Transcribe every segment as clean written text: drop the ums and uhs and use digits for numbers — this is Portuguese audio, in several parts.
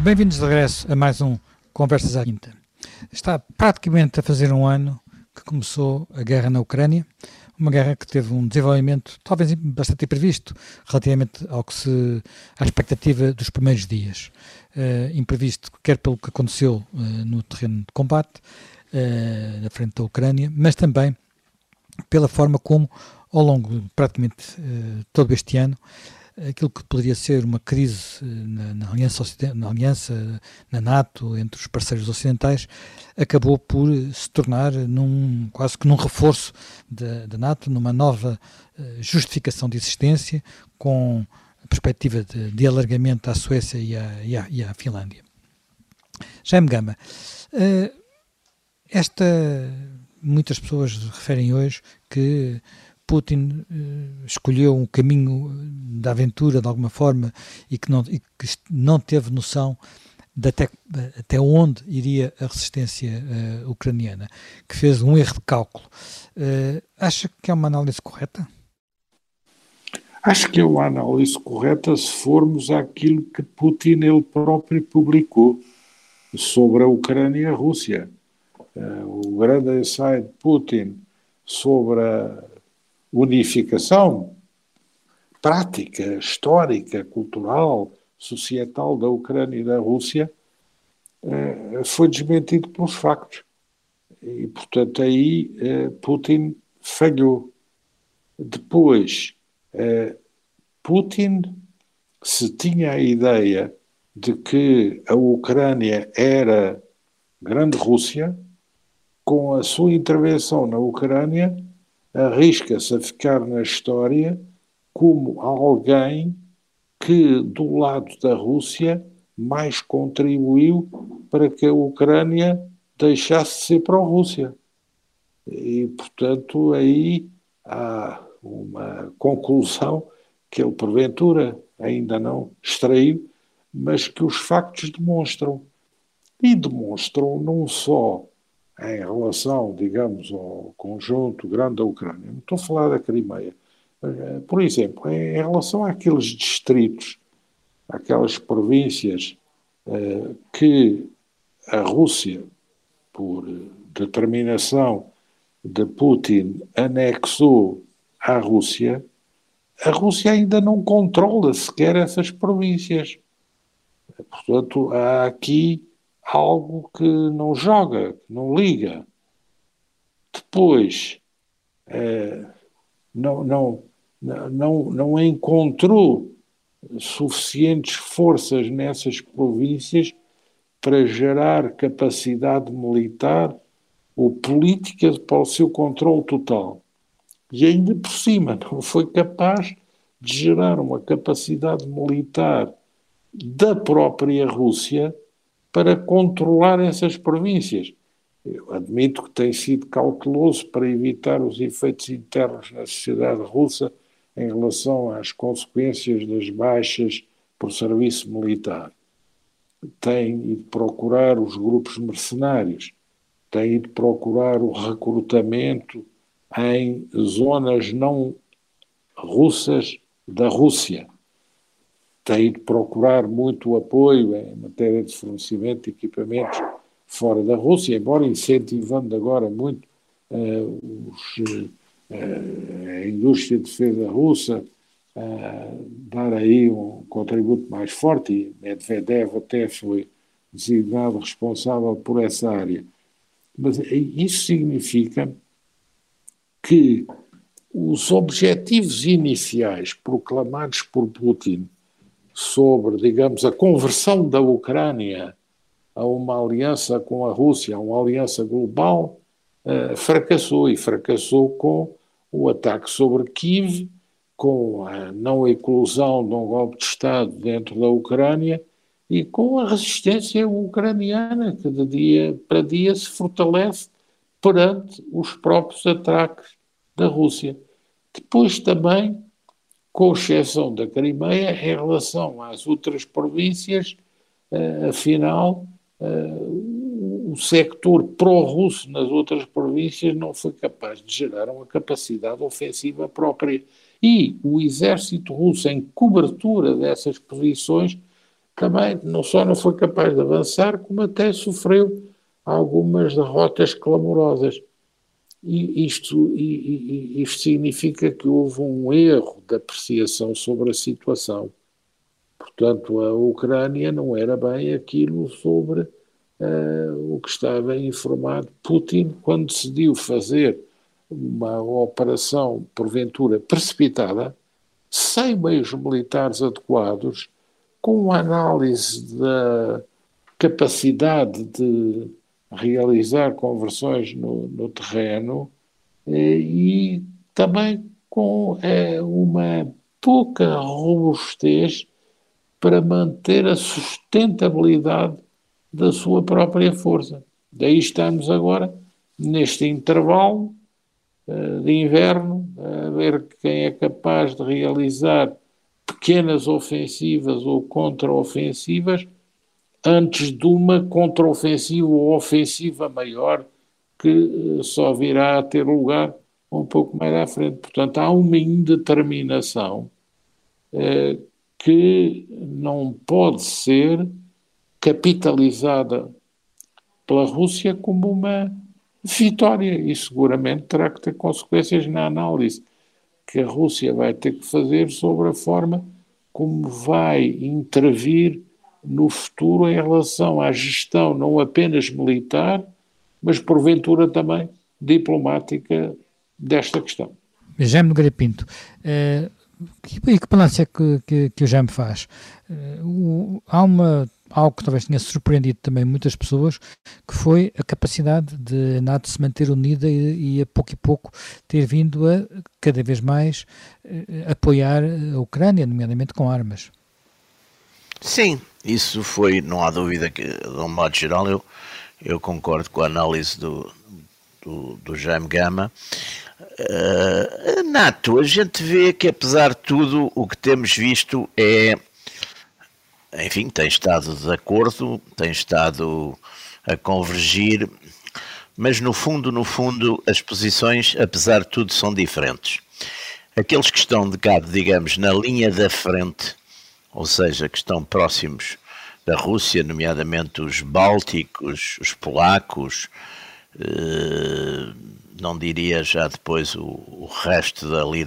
Bem-vindos de regresso a mais um Conversas à Quinta. Está praticamente a fazer um ano que começou a guerra na Ucrânia, uma guerra que teve um desenvolvimento talvez bastante imprevisto relativamente à expectativa dos primeiros dias. Imprevisto quer pelo que aconteceu no terreno de combate, na frente da Ucrânia, mas também pela forma como, ao longo de praticamente todo este ano, aquilo que poderia ser uma crise na NATO, entre os parceiros ocidentais, acabou por se tornar quase que num reforço da NATO, numa nova justificação de existência, com a perspectiva de alargamento à Suécia e à Finlândia. Jaime Gama, muitas pessoas referem hoje que Putin escolheu um caminho da aventura de alguma forma e que não teve noção de até onde iria a resistência ucraniana, que fez um erro de cálculo. Acha que é uma análise correta? Acho que é uma análise correta se formos àquilo que Putin ele próprio publicou sobre a Ucrânia e a Rússia. O grande ensaio de Putin sobre a unificação prática, histórica, cultural, societal da Ucrânia e da Rússia foi desmentido pelos factos. E, portanto, aí Putin falhou. Depois, Putin, se tinha a ideia de que a Ucrânia era grande Rússia, com a sua intervenção na Ucrânia, arrisca-se a ficar na história como alguém que, do lado da Rússia, mais contribuiu para que a Ucrânia deixasse de ser pró-Rússia. E, portanto, aí há uma conclusão que ele, porventura, ainda não extraiu, mas que os factos demonstram. E demonstram não só em relação, digamos, ao conjunto grande da Ucrânia. Não estou a falar da Crimeia. Por exemplo, em relação àqueles distritos, àquelas províncias que a Rússia, por determinação de Putin, anexou à Rússia, a Rússia ainda não controla sequer essas províncias. Portanto, há aqui algo que não joga, que não liga. Depois, não encontrou suficientes forças nessas províncias para gerar capacidade militar ou política para o seu controle total. E ainda por cima não foi capaz de gerar uma capacidade militar da própria Rússia para controlar essas províncias. Eu admito que tem sido cauteloso para evitar os efeitos internos na sociedade russa em relação às consequências das baixas por serviço militar. Tem ido procurar os grupos mercenários, tem ido procurar o recrutamento em zonas não russas da Rússia. Tem ido procurar muito apoio em matéria de fornecimento de equipamentos fora da Rússia, embora incentivando agora muito a indústria de defesa russa a dar aí um contributo mais forte, e Medvedev até foi designado responsável por essa área. Mas isso significa que os objetivos iniciais proclamados por Putin sobre, digamos, a conversão da Ucrânia a uma aliança com a Rússia, a uma aliança global, fracassou, e fracassou com o ataque sobre Kiev, com a não eclosão de um golpe de Estado dentro da Ucrânia e com a resistência ucraniana, que de dia para dia se fortalece perante os próprios ataques da Rússia. Depois também, com exceção da Crimeia, em relação às outras províncias, afinal, o sector pró-russo nas outras províncias não foi capaz de gerar uma capacidade ofensiva própria. E o exército russo, em cobertura dessas posições, também não só não foi capaz de avançar, como até sofreu algumas derrotas clamorosas. E isto significa que houve um erro de apreciação sobre a situação. Portanto, a Ucrânia não era bem aquilo sobre o que estava informado Putin quando decidiu fazer uma operação, porventura, precipitada, sem meios militares adequados, com uma análise da capacidade de realizar conversões no terreno e também com uma pouca robustez para manter a sustentabilidade da sua própria força. Daí estamos agora, neste intervalo de inverno, a ver quem é capaz de realizar pequenas ofensivas ou contraofensivas antes de uma contraofensiva ou ofensiva maior que só virá a ter lugar um pouco mais à frente. Portanto, há uma indeterminação que não pode ser capitalizada pela Rússia como uma vitória e seguramente terá que ter consequências na análise que a Rússia vai ter que fazer sobre a forma como vai intervir no futuro em relação à gestão não apenas militar, mas porventura também diplomática desta questão. Jaime Nogueira Pinto, e que balanço é que o Jaime faz? Há algo que talvez tenha surpreendido também muitas pessoas, que foi a capacidade de a NATO se manter unida e a pouco ter vindo a cada vez mais apoiar a Ucrânia, nomeadamente com armas. Sim, isso foi, não há dúvida que, de um modo geral, eu concordo com a análise do Jaime Gama. A NATO, a gente vê que apesar de tudo o que temos visto enfim, tem estado de acordo, tem estado a convergir, mas no fundo, as posições, apesar de tudo, são diferentes. Aqueles que estão de cá, digamos, na linha da frente, ou seja, que estão próximos da Rússia, nomeadamente os bálticos, os polacos, não diria já depois o resto dali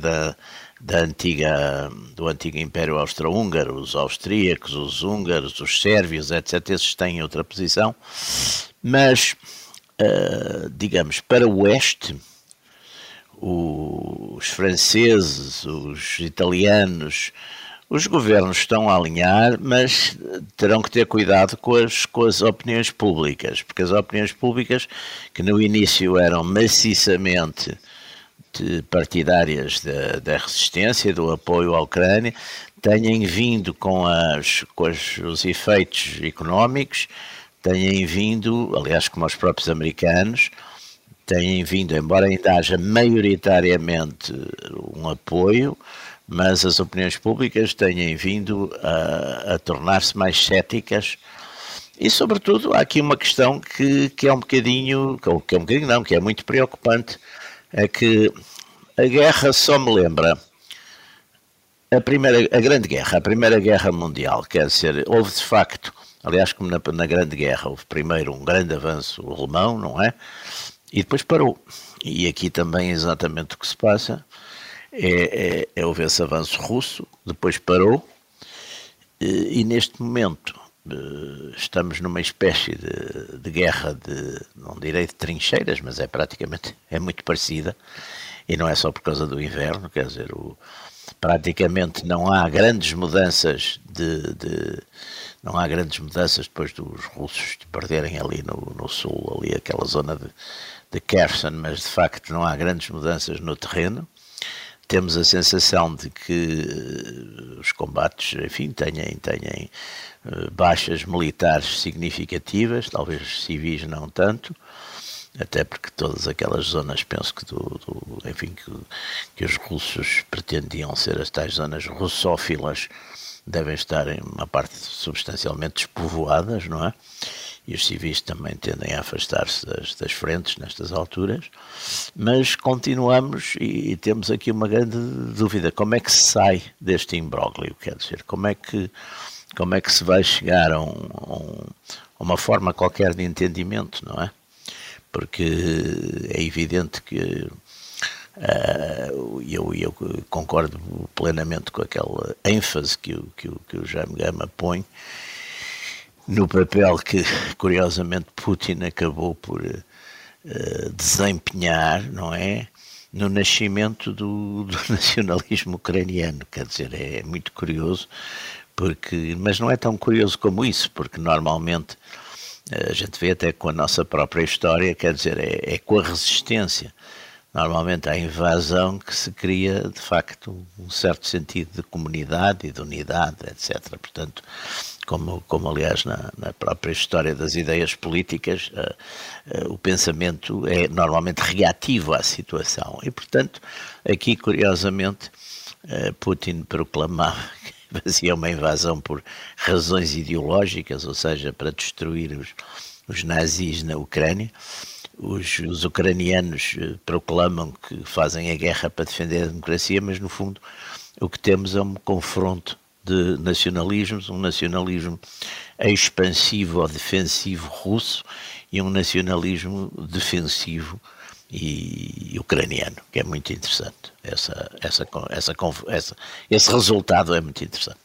do antigo Império Austro-Húngaro, os austríacos, os húngaros, os sérvios, etc. Esses têm outra posição, mas, digamos, para o oeste, os franceses, os italianos, os governos estão a alinhar, mas terão que ter cuidado com as opiniões públicas, porque as opiniões públicas, que no início eram maciçamente partidárias da resistência, do apoio à Ucrânia, têm vindo com os efeitos económicos, têm vindo, aliás, como os próprios americanos, têm vindo, embora ainda haja maioritariamente um apoio, mas as opiniões públicas têm vindo a tornar-se mais céticas e, sobretudo, há aqui uma questão que é um bocadinho, que é muito preocupante, é que a guerra só me lembra a Grande Guerra, a Primeira Guerra Mundial, quer dizer, houve de facto, aliás, como na Grande Guerra, houve primeiro um grande avanço alemão, não é? E depois parou. E aqui também exatamente o que se passa houve esse avanço russo, depois parou, e neste momento estamos numa espécie de guerra não direi de trincheiras, mas praticamente muito parecida, e não é só por causa do inverno, quer dizer, praticamente não há grandes mudanças não há grandes mudanças depois dos russos perderem ali no sul, ali aquela zona de Kherson, mas de facto não há grandes mudanças no terreno. Temos a sensação de que os combates, enfim, têm baixas militares significativas, talvez civis não tanto, até porque todas aquelas zonas, penso que enfim, que os russos pretendiam ser as tais zonas russófilas, devem estar em uma parte substancialmente despovoadas, não é? E os civis também tendem a afastar-se das frentes nestas alturas, mas continuamos e temos aqui uma grande dúvida, como é que se sai deste imbróglio, quer dizer, como é que como é que se vai chegar a uma forma qualquer de entendimento, não é? Porque é evidente que eu concordo plenamente com aquela ênfase que o Jaime Gama põe no papel que, curiosamente, Putin acabou por desempenhar, não é? No nascimento do nacionalismo ucraniano. Quer dizer, é muito curioso, mas não é tão curioso como isso, porque normalmente a gente vê até com a nossa própria história, quer dizer, é com a resistência, normalmente à invasão, que se cria, de facto, um certo sentido de comunidade e de unidade, etc. Portanto, como aliás na própria história das ideias políticas, o pensamento é normalmente reativo à situação. E, portanto, aqui, curiosamente, Putin proclamava que fazia uma invasão por razões ideológicas, ou seja, para destruir os nazis na Ucrânia. Os ucranianos proclamam que fazem a guerra para defender a democracia, mas, no fundo, o que temos é um confronto de nacionalismos, um nacionalismo expansivo ou defensivo russo e um nacionalismo defensivo e ucraniano, que é muito interessante. Esse resultado é muito interessante.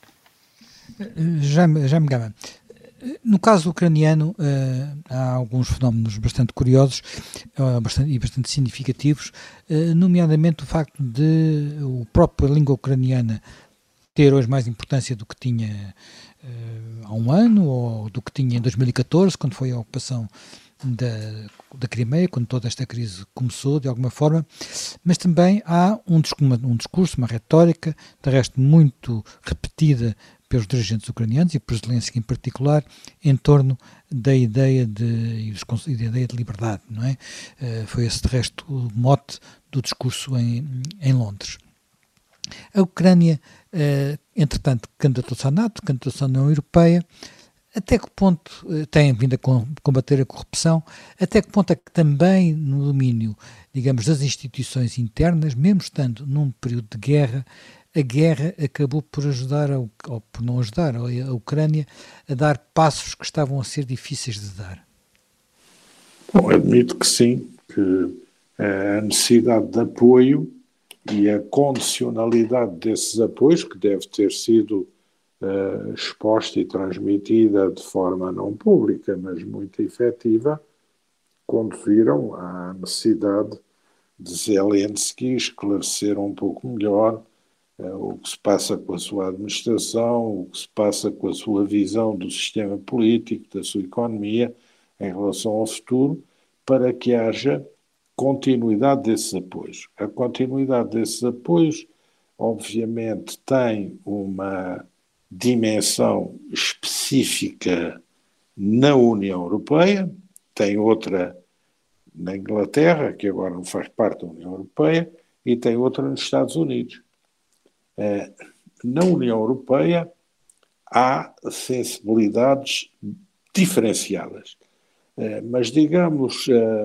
Jaime Gama, no caso ucraniano, há alguns fenómenos bastante curiosos e bastante significativos, nomeadamente o facto de a própria língua ucraniana ter hoje mais importância do que tinha há um ano, ou do que tinha em 2014, quando foi a ocupação da Crimeia, quando toda esta crise começou, de alguma forma, mas também há um discurso, uma retórica, de resto muito repetida pelos dirigentes ucranianos e por Zelensky em particular, em torno da ideia de liberdade, não é? Foi esse, de resto, o mote do discurso em Londres. A Ucrânia, entretanto, candidatou-se à NATO, candidatou-se à União Europeia. Até que ponto tem vindo a combater a corrupção? Até que ponto é que também no domínio, digamos, das instituições internas, mesmo estando num período de guerra, a guerra acabou por ajudar, ou por não ajudar, a Ucrânia a dar passos que estavam a ser difíceis de dar? Bom, admito que sim, que a necessidade de apoio e a condicionalidade desses apoios, que deve ter sido exposta e transmitida de forma não pública, mas muito efetiva, conduziram à necessidade de Zelensky esclarecer um pouco melhor o que se passa com a sua administração, o que se passa com a sua visão do sistema político, da sua economia, em relação ao futuro, para que haja continuidade desses apoios. A continuidade desses apoios, obviamente, tem uma dimensão específica na União Europeia, tem outra na Inglaterra, que agora não faz parte da União Europeia, e tem outra nos Estados Unidos. Na União Europeia há sensibilidades diferenciadas, mas digamos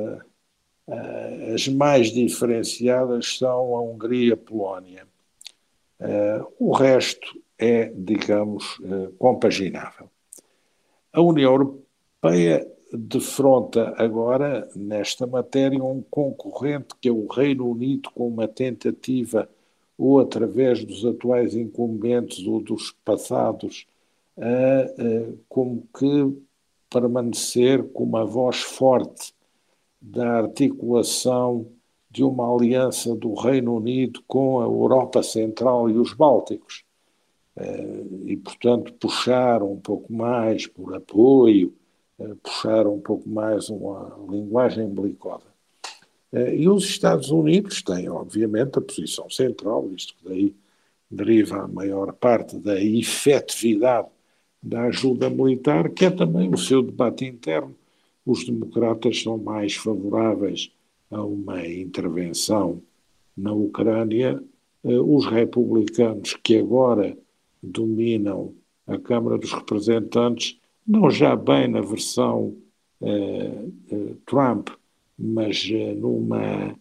as mais diferenciadas são a Hungria e a Polónia. O resto é, digamos, compaginável. A União Europeia defronta agora, nesta matéria, um concorrente que é o Reino Unido, com uma tentativa, ou através dos atuais incumbentes ou dos passados, como que permanecer com uma voz forte da articulação de uma aliança do Reino Unido com a Europa Central e os Bálticos. E, portanto, puxar um pouco mais por apoio, puxar um pouco mais uma linguagem belicosa. E os Estados Unidos têm, obviamente, a posição central, isto que daí deriva a maior parte da efetividade da ajuda militar, que é também o seu debate interno. Os democratas são mais favoráveis a uma intervenção na Ucrânia. Os republicanos, que agora dominam a Câmara dos Representantes, não já bem na versão Trump, mas numa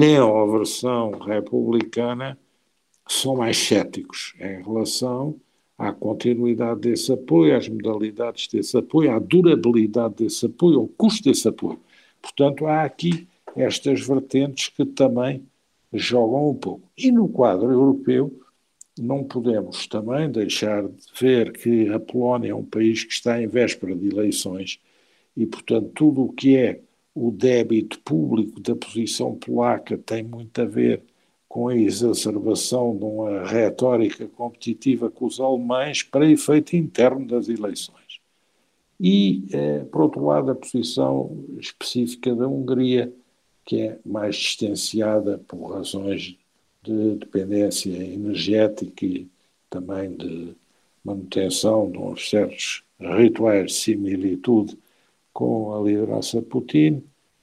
neo-versão republicana, são mais céticos em relação à continuidade desse apoio, às modalidades desse apoio, à durabilidade desse apoio, ao custo desse apoio. Portanto, há aqui estas vertentes que também jogam um pouco. E no quadro europeu, não podemos também deixar de ver que a Polónia é um país que está em véspera de eleições e, portanto, tudo o que é o débito público da posição polaca tem muito a ver com a exacerbação de uma retórica competitiva com os alemães para efeito interno das eleições. E, por outro lado, a posição específica da Hungria, que é mais distanciada por razões de dependência energética e também de manutenção de uns certos rituais de similitude com a liderança de Putin,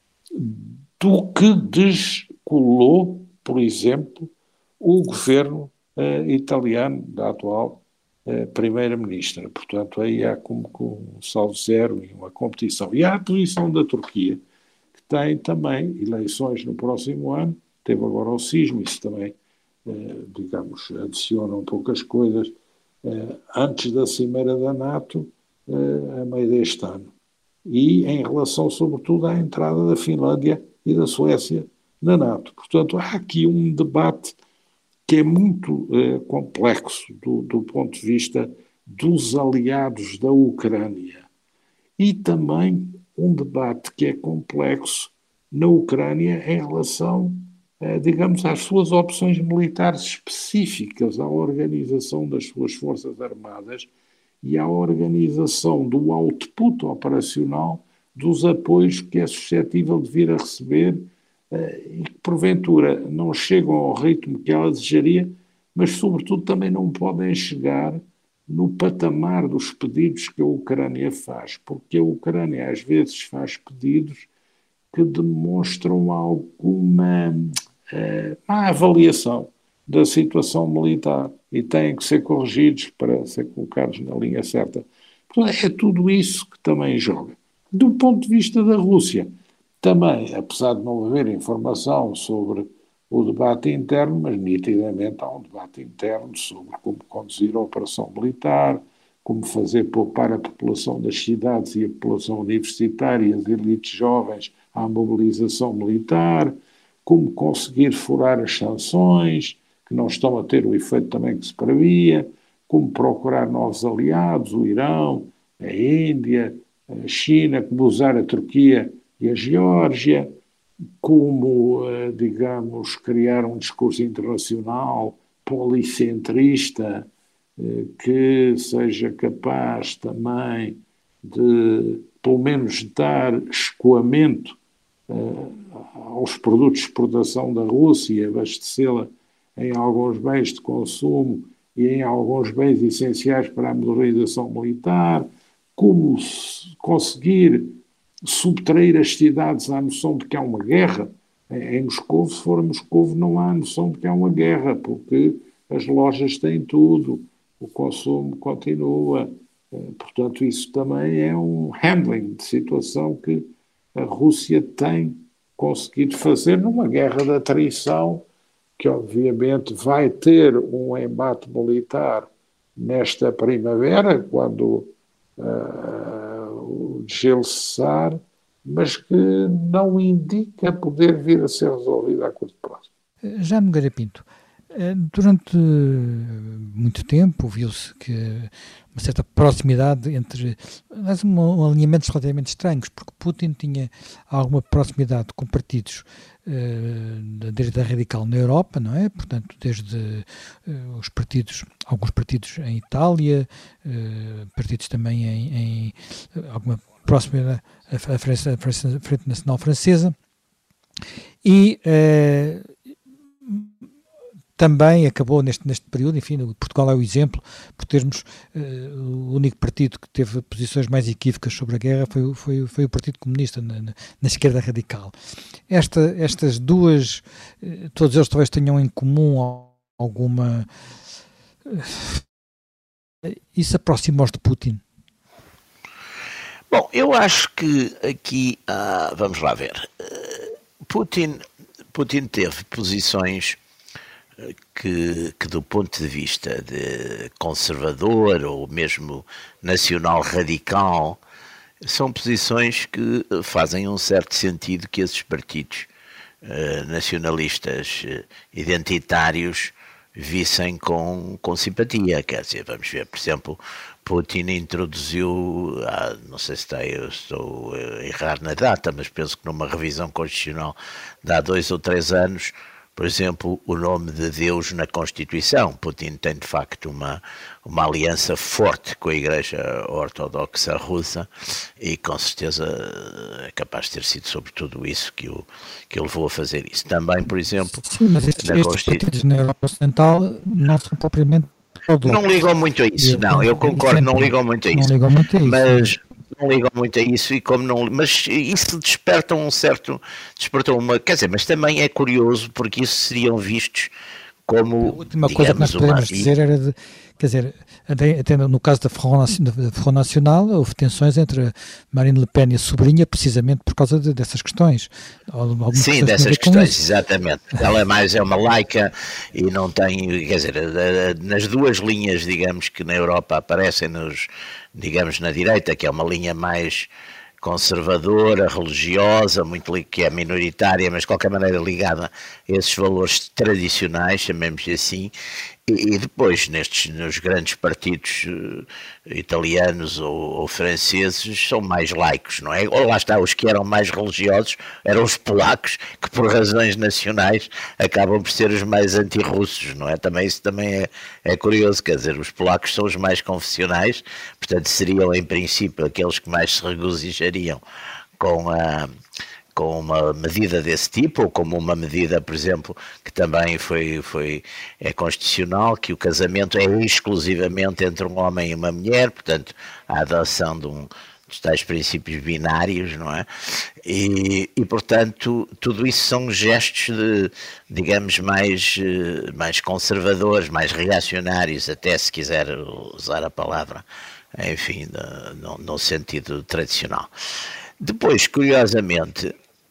do que descolou, por exemplo, o governo italiano da atual primeira-ministra. Portanto, aí há como um saldo zero e uma competição. E há a posição da Turquia, que tem também eleições no próximo ano, teve agora o sismo, isso também, digamos, adiciona um pouco as coisas, antes da cimeira da NATO, a meio deste ano. E em relação, sobretudo, à entrada da Finlândia e da Suécia na NATO. Portanto, há aqui um debate que é muito complexo do ponto de vista dos aliados da Ucrânia. E também um debate que é complexo na Ucrânia em relação, digamos, às suas opções militares específicas, à organização das suas forças armadas e à organização do output operacional dos apoios que é suscetível de vir a receber e que, porventura, não chegam ao ritmo que ela desejaria, mas, sobretudo, também não podem chegar no patamar dos pedidos que a Ucrânia faz, porque a Ucrânia, às vezes, faz pedidos que demonstram alguma má avaliação da situação militar e têm que ser corrigidos para ser colocados na linha certa. Portanto, é tudo isso que também joga. Do ponto de vista da Rússia, também, apesar de não haver informação sobre o debate interno, mas nitidamente há um debate interno sobre como conduzir a operação militar, como fazer poupar a população das cidades e a população universitária e as elites jovens à mobilização militar, como conseguir furar as sanções, que não estão a ter o efeito também que se previa, como procurar novos aliados, o Irão, a Índia, a China, como usar a Turquia e a Geórgia, como, digamos, criar um discurso internacional policentrista que seja capaz também de, pelo menos, dar escoamento aos produtos de exportação da Rússia e abastecê-la em alguns bens de consumo e em alguns bens essenciais para a modernização militar, como conseguir subtrair as cidades à noção de que há uma guerra. Em Moscovo, se for a Moscovo, não há noção de que há uma guerra, porque as lojas têm tudo, o consumo continua. Portanto, isso também é um handling de situação que a Rússia tem conseguido fazer numa guerra de atrição, que obviamente vai ter um embate militar nesta primavera, quando o gelo cessar, mas que não indica poder vir a ser resolvido a curto prazo. Já Nogueira Pinto, durante muito tempo viu-se que uma certa proximidade entre alinhamentos relativamente estranhos, porque Putin tinha alguma proximidade com partidos da direita radical na Europa, não é? Portanto, desde alguns partidos em Itália, partidos também em alguma proximidade à Frente Nacional Francesa, e também acabou neste período, enfim, Portugal é o exemplo, por termos o único partido que teve posições mais equívocas sobre a guerra foi o Partido Comunista na esquerda radical. Estas duas, todos eles talvez tenham em comum alguma... Isso aproxima-os de Putin? Bom, eu acho que aqui, vamos lá ver, Putin teve posições que do ponto de vista de conservador ou mesmo nacional radical, são posições que fazem um certo sentido que esses partidos nacionalistas identitários vissem com simpatia. Quer dizer, vamos ver, por exemplo, Putin introduziu, não sei se eu estou a errar na data, mas penso que numa revisão constitucional de há 2 ou 3 anos, por exemplo, o nome de Deus na Constituição. Putin tem, de facto, uma aliança forte com a Igreja Ortodoxa Russa e, com certeza, é capaz de ter sido sobretudo isso que o levou a fazer isso. Também, por exemplo... Sim, mas estes partidos na Europa Ocidental não são propriamente... Não ligam muito a isso, não, eu concordo, não ligam muito a isso. Não ligam muito a isso. Mas... não ligam muito a isso e como não, mas isso despertou uma, quer dizer, mas também é curioso porque isso seriam vistos como, a última coisa que nós podemos dizer era de, quer dizer, até no caso da Front National houve tensões entre Marine Le Pen e a sobrinha precisamente por causa dessas questões. Sim, dessas questões, exatamente. Ela é uma laica e não tem, quer dizer, nas duas linhas, digamos, que na Europa aparecem digamos, na direita, que é uma linha mais conservadora, religiosa, que é minoritária, mas de qualquer maneira ligada a esses valores tradicionais, chamemos assim, e depois nos grandes partidos italianos ou franceses são mais laicos, não é? Ou lá está, os que eram mais religiosos eram os polacos, que por razões nacionais acabam por ser os mais anti-russos, não é? Isso também é curioso, quer dizer, os polacos são os mais confessionais, portanto seriam em princípio aqueles que mais se regozijariam com uma medida desse tipo, ou como uma medida, por exemplo, que também é constitucional, que o casamento é exclusivamente entre um homem e uma mulher, portanto, a adoção dos tais princípios binários, não é? E portanto, tudo isso são gestos digamos, mais conservadores, mais reacionários, até se quiser usar a palavra, enfim, no sentido tradicional. Depois, curiosamente,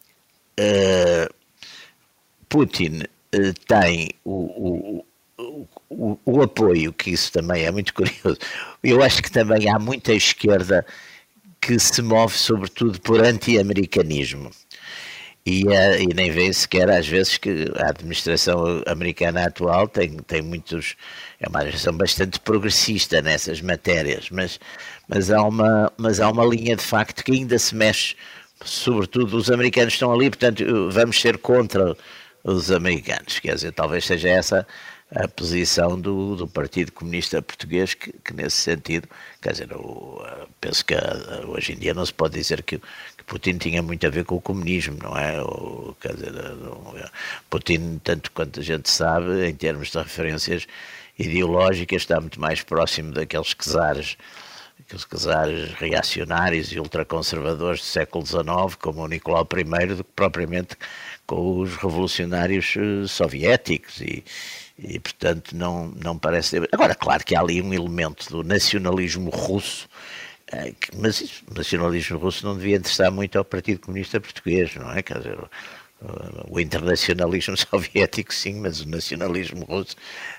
Putin tem o apoio, que isso também é muito curioso. Eu acho que também há muita esquerda que se move sobretudo por anti-americanismo. E nem vê sequer às vezes que a administração americana atual tem muitos, é uma administração bastante progressista nessas matérias, mas há uma linha de facto que ainda se mexe, sobretudo os americanos estão ali, portanto vamos ser contra os americanos, quer dizer, talvez seja essa a posição do Partido Comunista Português, que nesse sentido, quer dizer, penso que hoje em dia não se pode dizer que Putin tinha muito a ver com o comunismo, não é? Quer dizer, Putin, tanto quanto a gente sabe, em termos de referências ideológicas, está muito mais próximo daqueles czares reacionários e ultraconservadores do século XIX, como o Nicolau I, do que propriamente com os revolucionários soviéticos e portanto não parece... Agora, claro que há ali um elemento do nacionalismo russo, mas o nacionalismo russo não devia interessar muito ao Partido Comunista Português, não é? Quer dizer, o internacionalismo soviético sim, mas o nacionalismo russo,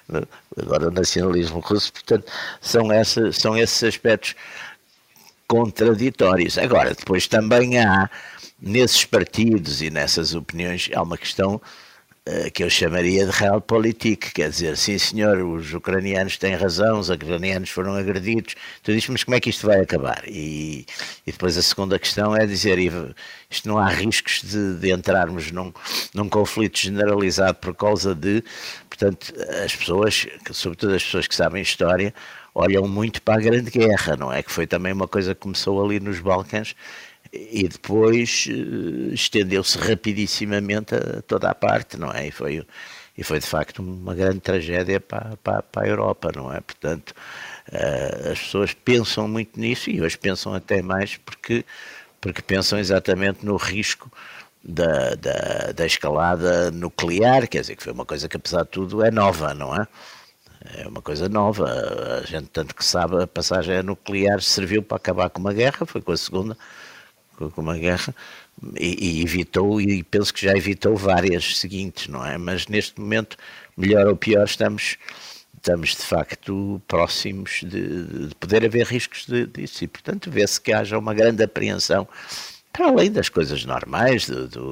portanto, são esses aspectos contraditórios. Agora, depois também há, nesses partidos e nessas opiniões, há uma questão que eu chamaria de realpolitik, quer dizer, sim senhor, os ucranianos têm razão, os ucranianos foram agredidos, tudo isto, mas como é que isto vai acabar? E depois a segunda questão é dizer, isto não há riscos de entrarmos num conflito generalizado por causa de, portanto, as pessoas, sobretudo as pessoas que sabem história, olham muito para a Grande Guerra, não é? Que foi também uma coisa que começou ali nos Balcãs, e depois estendeu-se rapidissimamente a toda a parte, não é? E foi de facto uma grande tragédia para a Europa, não é? Portanto, as pessoas pensam muito nisso e hoje pensam até mais porque pensam exatamente no risco da escalada nuclear, quer dizer, que foi uma coisa que apesar de tudo é nova, não é? É uma coisa nova, a gente tanto que sabe, a passagem nuclear serviu para acabar com uma guerra, foi com a segunda, com uma guerra, e evitou, e penso que já evitou várias seguintes, não é? Mas neste momento, melhor ou pior, estamos de facto próximos de poder haver riscos disso, e portanto vê-se que haja uma grande apreensão, para além das coisas normais,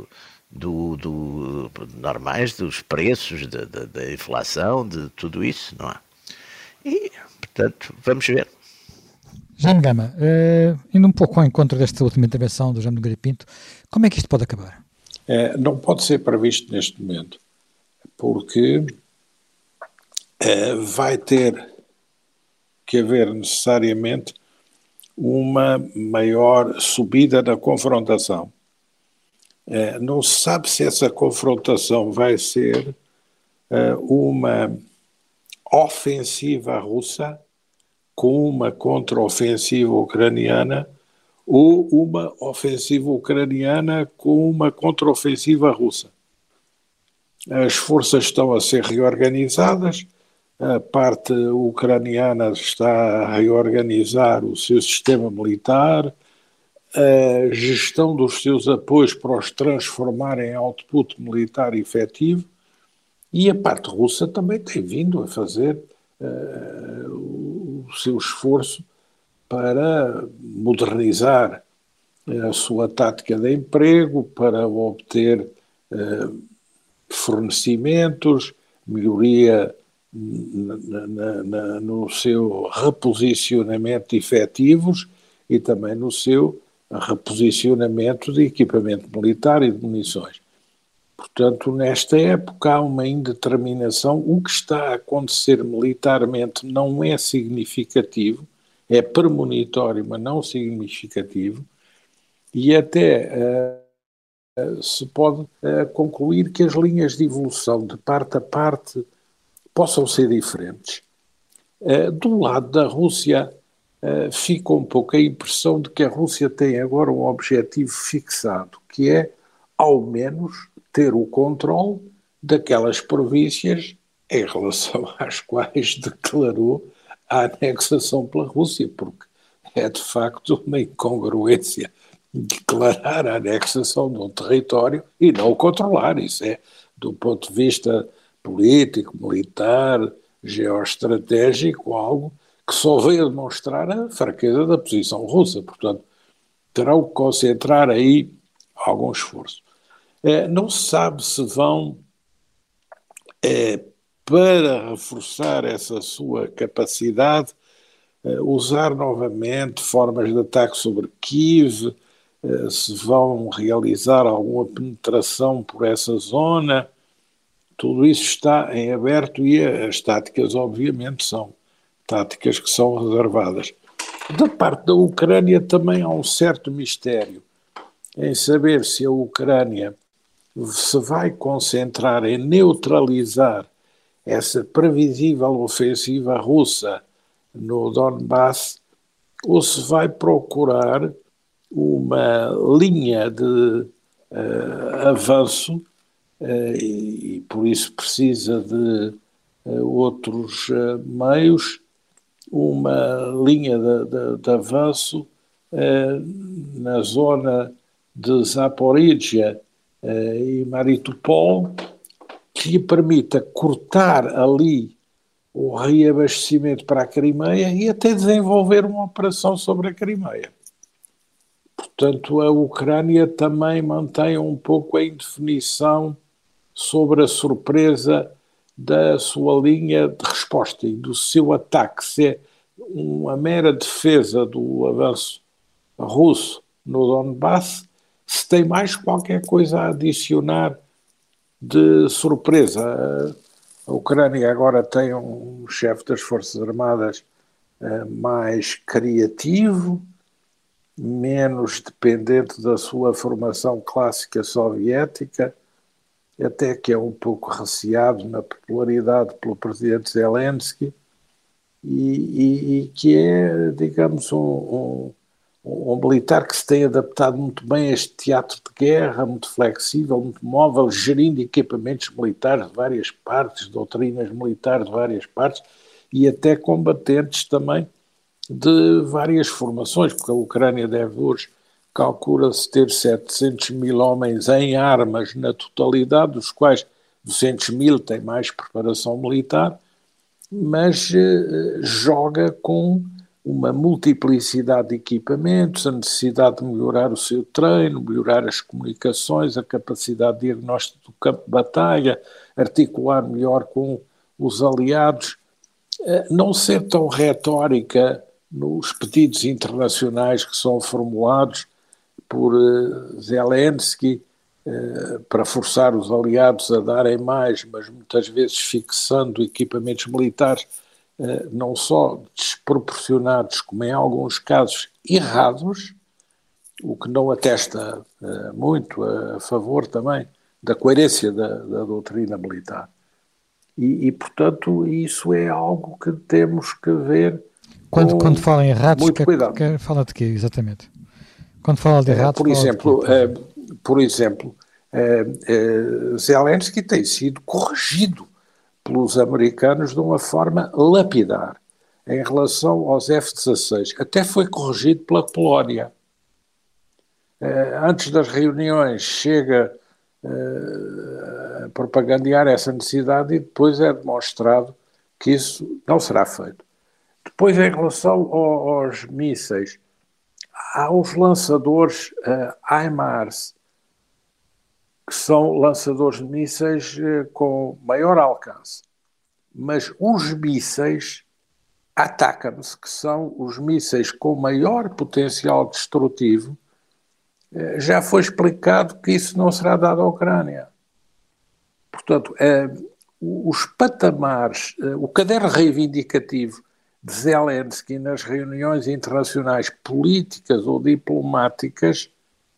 normais dos preços, da inflação, de tudo isso, não é? E, portanto, vamos ver. Jaime Gama, indo um pouco ao encontro desta última intervenção do Jaime Nogueira Pinto, como é que isto pode acabar? Não pode ser previsto neste momento, porque vai ter que haver necessariamente uma maior subida da confrontação. Não se sabe se essa confrontação vai ser uma ofensiva russa com uma contraofensiva ucraniana ou uma ofensiva ucraniana com uma contraofensiva russa. As forças estão a ser reorganizadas, a parte ucraniana está a reorganizar o seu sistema militar, a gestão dos seus apoios para os transformar em output militar efetivo, e a parte russa também tem vindo a fazer o seu esforço para modernizar a sua tática de emprego, para obter fornecimentos, melhoria no seu reposicionamento de efetivos e também no seu reposicionamento de equipamento militar e de munições. Portanto, nesta época há uma indeterminação. O que está a acontecer militarmente não é significativo, é premonitório, mas não significativo, e até se pode concluir que as linhas de evolução de parte a parte possam ser diferentes. Do lado da Rússia, fica um pouco a impressão de que a Rússia tem agora um objetivo fixado, que é, ao menos, ter o controle daquelas províncias em relação às quais declarou a anexação pela Rússia, porque é de facto uma incongruência declarar a anexação de um território e não o controlar. Isso é, do ponto de vista político, militar, geoestratégico, algo que só veio demonstrar a fraqueza da posição russa. Portanto, terão que concentrar aí algum esforço. Não se sabe se vão, para reforçar essa sua capacidade, usar novamente formas de ataque sobre Kiev, se vão realizar alguma penetração por essa zona. Tudo isso está em aberto e as táticas, obviamente, são táticas que são reservadas. Da parte da Ucrânia também há um certo mistério em saber se a Ucrânia se vai concentrar em neutralizar essa previsível ofensiva russa no Donbass ou se vai procurar uma linha de avanço e por isso precisa de outros meios, uma linha de avanço na zona de Zaporizhia e Mariupol, que lhe permita cortar ali o reabastecimento para a Crimeia e até desenvolver uma operação sobre a Crimeia. Portanto, a Ucrânia também mantém um pouco a indefinição sobre a surpresa da sua linha de resposta e do seu ataque, se é uma mera defesa do avanço russo no Donbass, se tem mais qualquer coisa a adicionar de surpresa. A Ucrânia agora tem um chefe das Forças Armadas mais criativo, menos dependente da sua formação clássica soviética, até que é um pouco receado na popularidade pelo presidente Zelensky, e que é, digamos, um militar que se tem adaptado muito bem a este teatro de guerra, muito flexível, muito móvel, gerindo equipamentos militares de várias partes, doutrinas militares de várias partes, e até combatentes também de várias formações, porque a Ucrânia deve hoje calcula-se ter 700 mil homens em armas na totalidade, dos quais 200 mil têm mais preparação militar, mas joga com uma multiplicidade de equipamentos, a necessidade de melhorar o seu treino, melhorar as comunicações, a capacidade de diagnóstico do campo de batalha, articular melhor com os aliados, não ser tão retórica nos pedidos internacionais que são formulados por Zelensky para forçar os aliados a darem mais, mas muitas vezes fixando equipamentos militares não só desproporcionados, como em alguns casos errados, o que não atesta muito a favor também da coerência da doutrina militar. E, portanto, isso é algo que temos que ver quando fala em errados, muito cuidado. Fala de quê, exatamente? Quando fala de errados... Por exemplo, Zelensky tem sido corrigido pelos americanos de uma forma lapidar em relação aos F-16. Até foi corrigido pela Polónia. Antes das reuniões chega a propagandear essa necessidade e depois é demonstrado que isso não será feito. Depois, em relação aos mísseis, há os lançadores HIMARS, que são lançadores de mísseis com maior alcance. Mas os mísseis ATACMS, que são os mísseis com maior potencial destrutivo, já foi explicado que isso não será dado à Ucrânia. Portanto, os patamares, o caderno reivindicativo de Zelensky nas reuniões internacionais políticas ou diplomáticas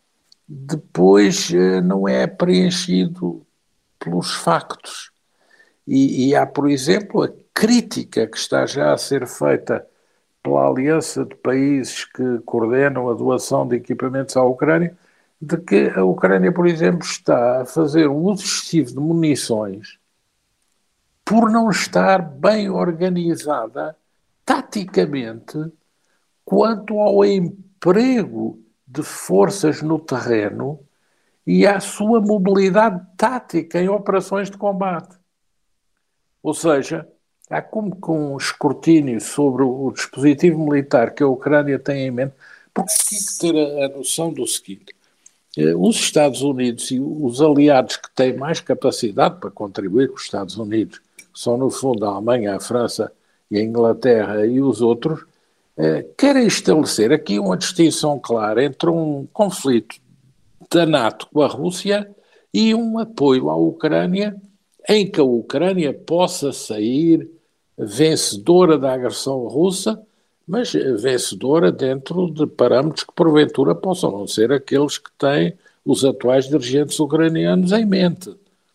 depois não é preenchido pelos factos. E há, por exemplo, a crítica que está já a ser feita pela aliança de países que coordenam a doação de equipamentos à Ucrânia, de que a Ucrânia, por exemplo, está a fazer um uso excessivo de munições por não estar bem organizada taticamente quanto ao emprego de forças no terreno e à sua mobilidade tática em operações de combate. Ou seja, há como que um escrutínio sobre o dispositivo militar que a Ucrânia tem em mente, porque tem que ter a noção do seguinte: os Estados Unidos e os aliados que têm mais capacidade para contribuir com os Estados Unidos, que são no fundo a Alemanha, a França e a Inglaterra e os outros, querem estabelecer aqui uma distinção clara entre um conflito da NATO com a Rússia e um apoio à Ucrânia, em que a Ucrânia possa sair vencedora da agressão russa, mas vencedora dentro de parâmetros que porventura possam não ser aqueles que têm os atuais dirigentes ucranianos em mente.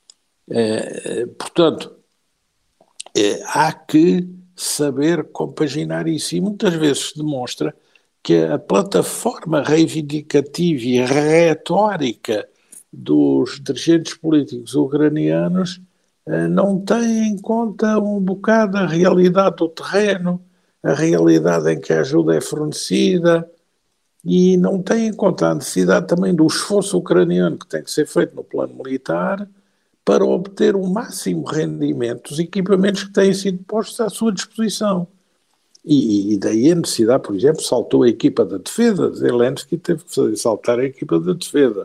Portanto, há que saber compaginar isso, e muitas vezes se demonstra que a plataforma reivindicativa e retórica dos dirigentes políticos ucranianos não tem em conta um bocado a realidade do terreno, a realidade em que a ajuda é fornecida, e não tem em conta a necessidade também do esforço ucraniano que tem que ser feito no plano militar para obter o máximo rendimento dos equipamentos que têm sido postos à sua disposição. E daí a necessidade, por exemplo, saltou a equipa da defesa, Zelensky teve que fazer saltar a equipa da defesa.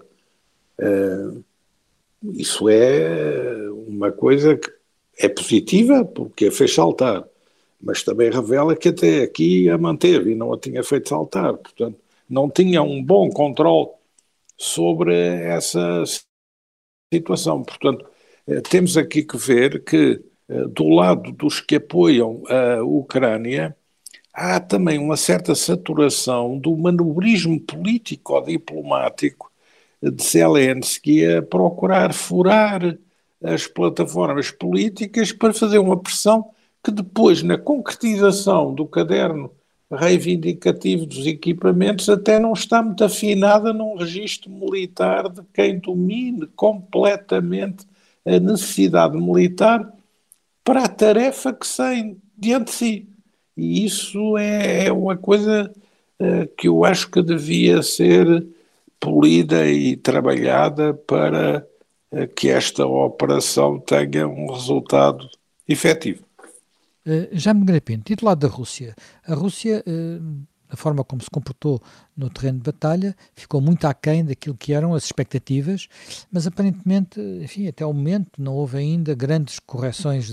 Isso é uma coisa que é positiva, porque a fez saltar, mas também revela que até aqui a manteve e não a tinha feito saltar. Portanto, não tinha um bom controle sobre essa situação. Portanto, temos aqui que ver que, do lado dos que apoiam a Ucrânia, há também uma certa saturação do manobrismo político ou diplomático de Zelensky a procurar furar as plataformas políticas para fazer uma pressão que depois, na concretização do caderno reivindicativo dos equipamentos, até não está muito afinada num registro militar de quem domine completamente a necessidade militar para a tarefa que tem diante de si. E isso é uma coisa que eu acho que devia ser polida e trabalhada para que esta operação tenha um resultado efetivo. Jaime Nogueira Pinto, e do lado da Rússia? A Rússia, a forma como se comportou no terreno de batalha, ficou muito aquém daquilo que eram as expectativas, mas aparentemente, enfim, até ao momento não houve ainda grandes correções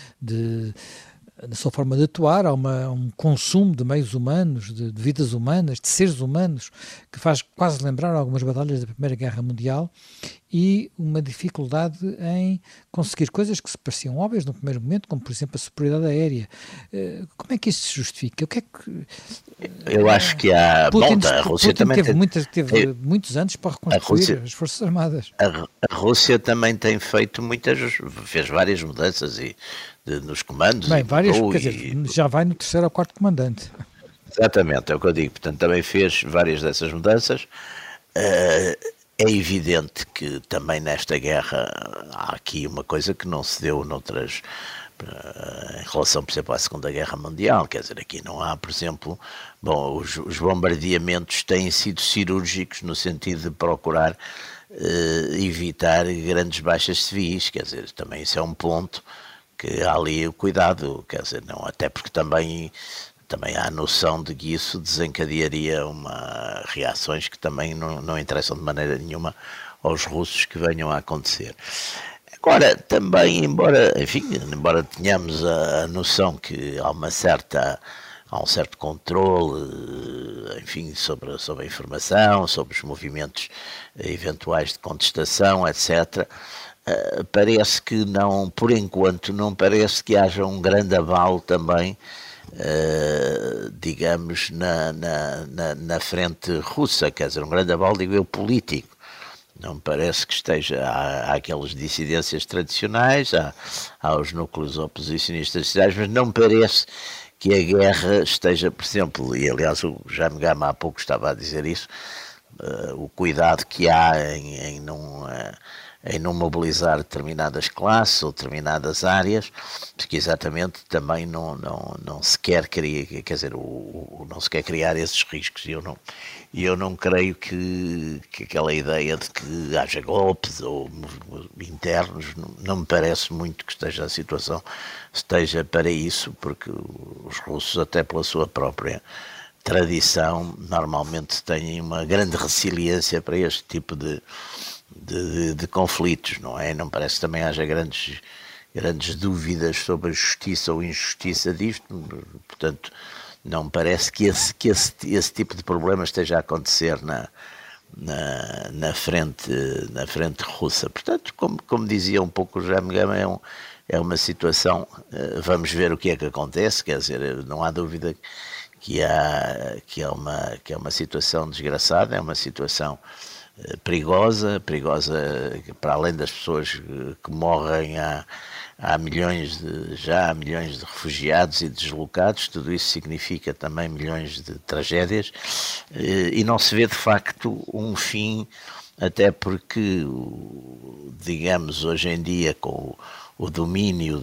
na sua forma de atuar. Há um consumo de meios humanos, de vidas humanas, de seres humanos, que faz quase lembrar algumas batalhas da Primeira Guerra Mundial, e uma dificuldade em conseguir coisas que se pareciam óbvias no primeiro momento, como por exemplo a superioridade aérea. Como é que isso se justifica? O que é que... Eu acho que há... A Rússia também teve muitos anos para reconstruir as Forças Armadas. A Rússia também tem feito fez várias mudanças nos comandos. Bem, várias, quer dizer, já vai no terceiro ou quarto comandante. Exatamente, é o que eu digo. Portanto, também fez várias dessas mudanças. É evidente que também nesta guerra há aqui uma coisa que não se deu noutras, em relação, por exemplo, à Segunda Guerra Mundial. Quer dizer, aqui não há, por exemplo, os bombardeamentos têm sido cirúrgicos no sentido de procurar evitar grandes baixas civis. Quer dizer, também isso é um ponto que há ali o cuidado, quer dizer, não, até porque também há a noção de que isso desencadearia reações que também não interessam de maneira nenhuma aos russos que venham a acontecer. Agora, também, embora tenhamos a noção que há um certo controle, enfim, sobre a informação, sobre os movimentos eventuais de contestação, etc., parece que não, por enquanto, não parece que haja um grande aval também, digamos, na frente russa, quer dizer, um grande aval, digo eu, político. Não me parece que há aquelas dissidências tradicionais, há os núcleos oposicionistas sociais, mas não me parece que a guerra esteja, por exemplo, e aliás o Jaime Gama há pouco estava a dizer isso, o cuidado que há em não mobilizar determinadas classes ou determinadas áreas, porque exatamente também não se quer criar, quer dizer, não se quer criar esses riscos, e eu não creio que aquela ideia de que haja golpes ou internos, não me parece muito que a situação esteja para isso, porque os russos, até pela sua própria tradição, normalmente têm uma grande resiliência para este tipo de conflitos, não é? Não parece que também haja grandes dúvidas sobre a justiça ou injustiça disto, portanto, não me parece que esse tipo de problema esteja a acontecer na frente russa. Portanto, como dizia um pouco o Jaime Gama, é uma situação, vamos ver o que é que acontece, quer dizer, não há dúvida que é uma situação desgraçada, é uma situação perigosa, para além das pessoas que morrem, há milhões de refugiados e deslocados, tudo isso significa também milhões de tragédias, e não se vê de facto um fim, até porque, digamos, hoje em dia, com o domínio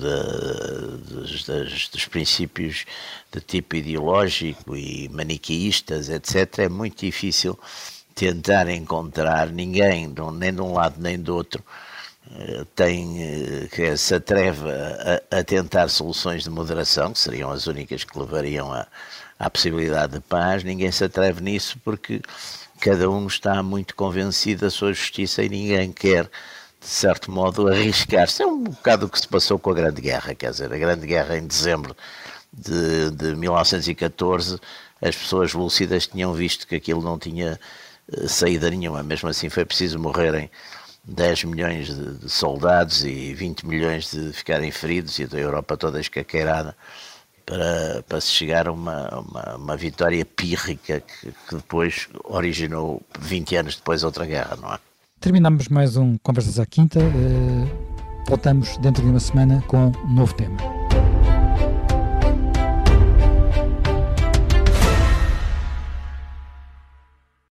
dos princípios de tipo ideológico e maniqueístas, etc., é muito difícil tentar encontrar ninguém, nem de um lado nem do outro, que se atreve a tentar soluções de moderação, que seriam as únicas que levariam à possibilidade de paz. Ninguém se atreve nisso porque cada um está muito convencido da sua justiça e ninguém quer, de certo modo, arriscar-se. É um bocado o que se passou com a Grande Guerra, quer dizer, a Grande Guerra em dezembro de 1914, as pessoas lúcidas tinham visto que aquilo não tinha saída nenhuma, mesmo assim foi preciso morrerem 10 milhões de soldados e 20 milhões de ficarem feridos e da Europa toda escaqueirada para se chegar a uma vitória pírrica que depois originou 20 anos depois outra guerra, não é? Terminamos mais um Conversas à Quinta, voltamos dentro de uma semana com um novo tema.